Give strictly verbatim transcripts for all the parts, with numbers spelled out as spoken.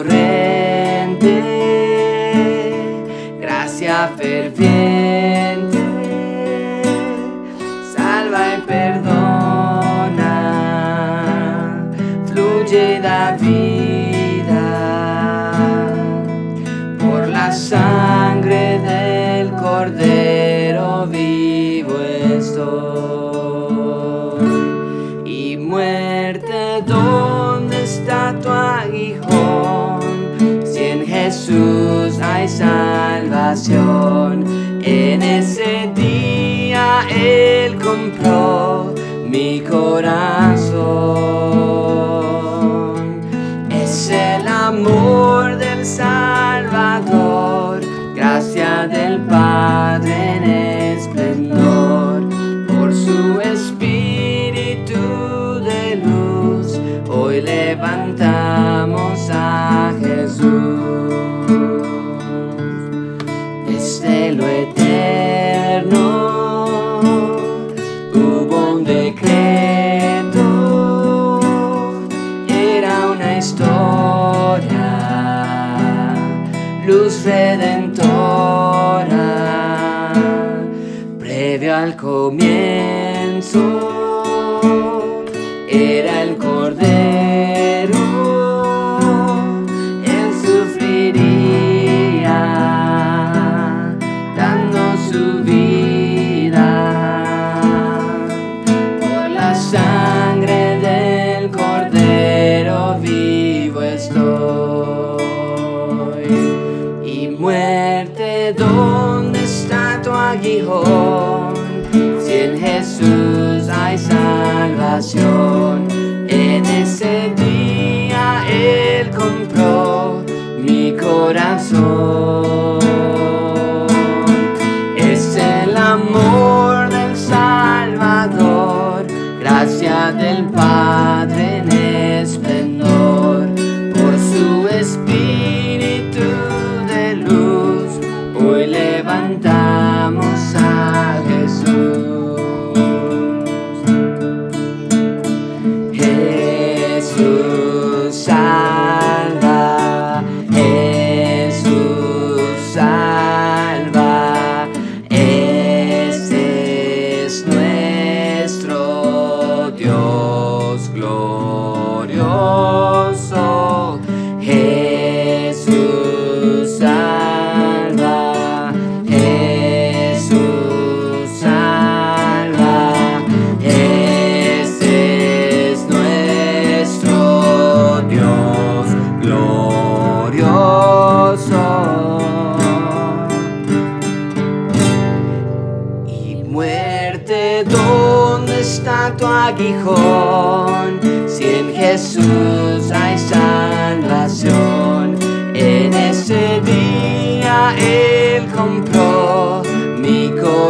torrente, gracia ferviente, salva y perdona, fluye la vida, por la sangre del Cordero vivo estoy. Y muerte, ¿dónde está tu aguijón? Si en Jesús hay salvación. En ese día Él compró mi corazón. Es el amor del Salvador, gracia del Padre en esplendor. Por su Espíritu de luz, hoy levantamos a Jesús. Desde lo eterno hubo un decreto, era una historia, luz redentora, previo al comienzo, era el Cordero, Él sufriría, dando su vida, por la sangre del Cordero vivo estoy. Y muerte, ¿dónde está tu aguijón? Si en Jesús hay salvación. En ese día Él compró mi corazón. Es el amor del Salvador, gracia del Padre en esplendor. Por su Espíritu de luz, hoy levantamos a Jesús. Jesús salva, Jesús salva, este es nuestro Dios glorioso. Jesús salva, Jesús salva, este es nuestro Dios glorioso. Y muerte, ¿dónde está tu aguijón? Si en Jesús hay salvación. En ese día Él compró mi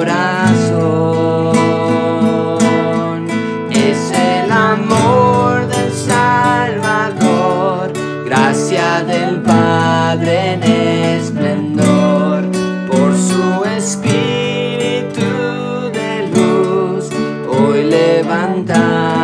corazón. Es el amor del Salvador, gracia del Padre en esplendor. Por su Espíritu de luz, hoy levantamos